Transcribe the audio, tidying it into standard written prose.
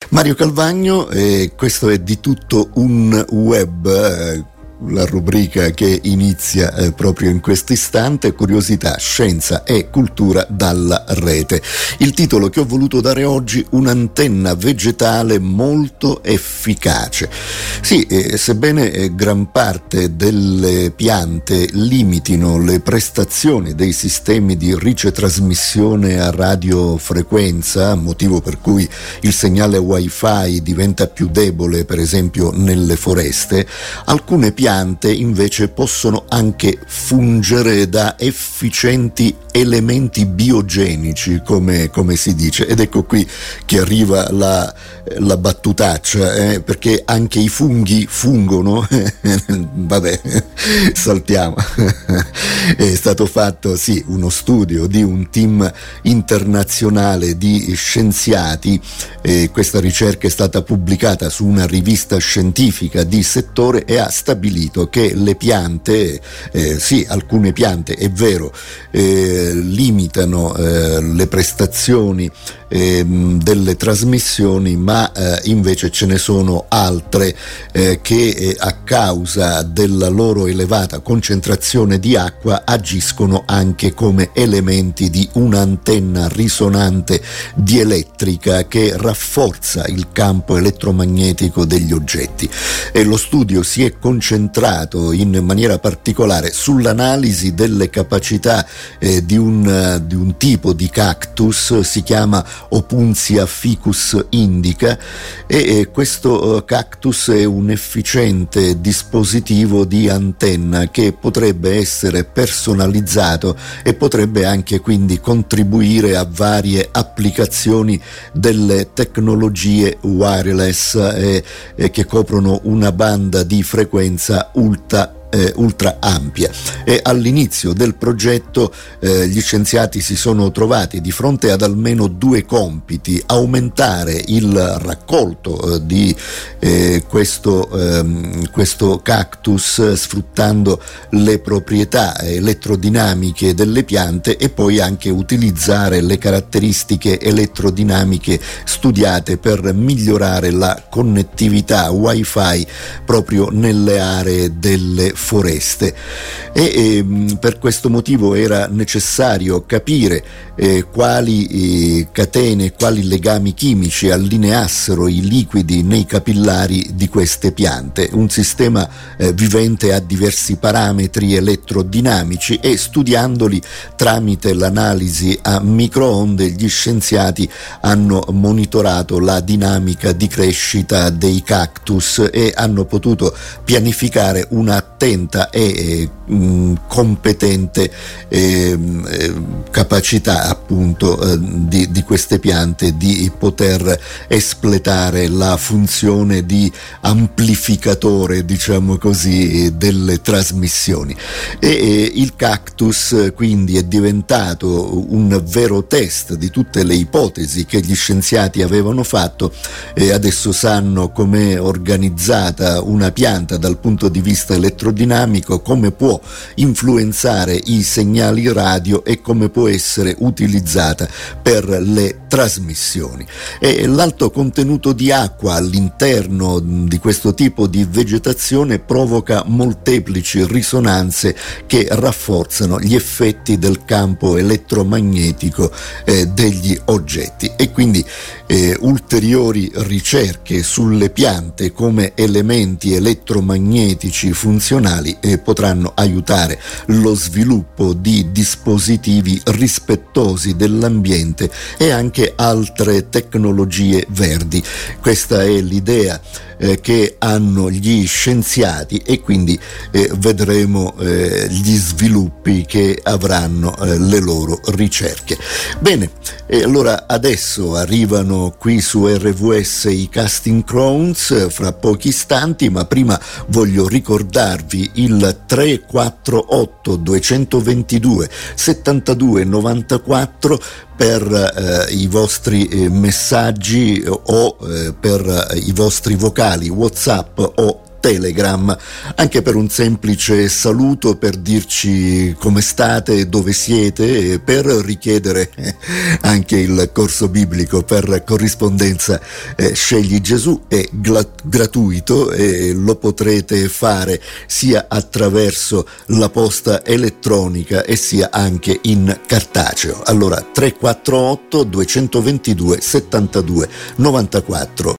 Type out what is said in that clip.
Mario Calvagno, questo è Di tutto un web, la rubrica che inizia proprio in questo istante, curiosità, scienza e cultura dalla rete. Il titolo che ho voluto dare oggi: un'antenna vegetale molto efficace. Sì, sebbene gran parte delle piante limitino le prestazioni dei sistemi di ricetrasmissione a radiofrequenza, motivo per cui il segnale wifi diventa più debole per esempio nelle foreste, alcune piante invece possono anche fungere da efficienti elementi biogenici, come si dice, ed ecco qui che arriva la battutaccia, perché anche i funghi fungono. Vabbè, saltiamo. È stato fatto uno studio di un team internazionale di scienziati, questa ricerca è stata pubblicata su una rivista scientifica di settore e ha stabilito che le piante, alcune piante è vero, limitano le prestazioni delle trasmissioni, ma invece ce ne sono altre che a causa della loro elevata concentrazione di acqua agiscono anche come elementi di un'antenna risonante dielettrica che rafforza il campo elettromagnetico degli oggetti. E lo studio si è concentrato in maniera particolare sull'analisi delle capacità di un tipo di cactus, si chiama Opuntia ficus indica, e questo cactus è un efficiente dispositivo di antenna che potrebbe essere personalizzato e potrebbe anche quindi contribuire a varie applicazioni delle tecnologie wireless che coprono una banda di frequenza ultra ampia. E all'inizio del progetto gli scienziati si sono trovati di fronte ad almeno due compiti: aumentare il raccolto di questo cactus sfruttando le proprietà elettrodinamiche delle piante, e poi anche utilizzare le caratteristiche elettrodinamiche studiate per migliorare la connettività wifi proprio nelle aree delle foreste. E per questo motivo era necessario capire quali catene, quali legami chimici allineassero i liquidi nei capillari di queste piante. Un sistema vivente ha diversi parametri elettrodinamici e studiandoli tramite l'analisi a microonde gli scienziati hanno monitorato la dinamica di crescita dei cactus e hanno potuto pianificare un'attenta e competente capacità appunto di queste piante di poter espletare la funzione di amplificatore, diciamo così, delle trasmissioni. E il cactus quindi è diventato un vero test di tutte le ipotesi che gli scienziati avevano fatto, e adesso sanno com'è organizzata una pianta dal punto di vista elettrodinamico, come può influenzare i segnali radio e come può essere utilizzata per le trasmissioni. E l'alto contenuto di acqua all'interno di questo tipo di vegetazione provoca molteplici risonanze che rafforzano gli effetti del campo elettromagnetico degli oggetti, e quindi ulteriori ricerche sulle piante come elementi elettromagnetici funzionali potranno aiutare lo sviluppo di dispositivi rispettosi dell'ambiente e anche altre tecnologie verdi. Questa è l'idea che hanno gli scienziati, e quindi vedremo gli sviluppi che avranno le loro ricerche. Bene, allora adesso arrivano qui su RVS i Casting Crowns fra pochi istanti, ma prima voglio ricordarvi il 348 222 72 94 per i vostri messaggi o per i vostri vocali WhatsApp o Telegram, anche per un semplice saluto, per dirci come state, dove siete, per richiedere anche il corso biblico per corrispondenza. Scegli Gesù è gratuito e lo potrete fare sia attraverso la posta elettronica e sia anche in cartaceo. Allora 348 222 72 94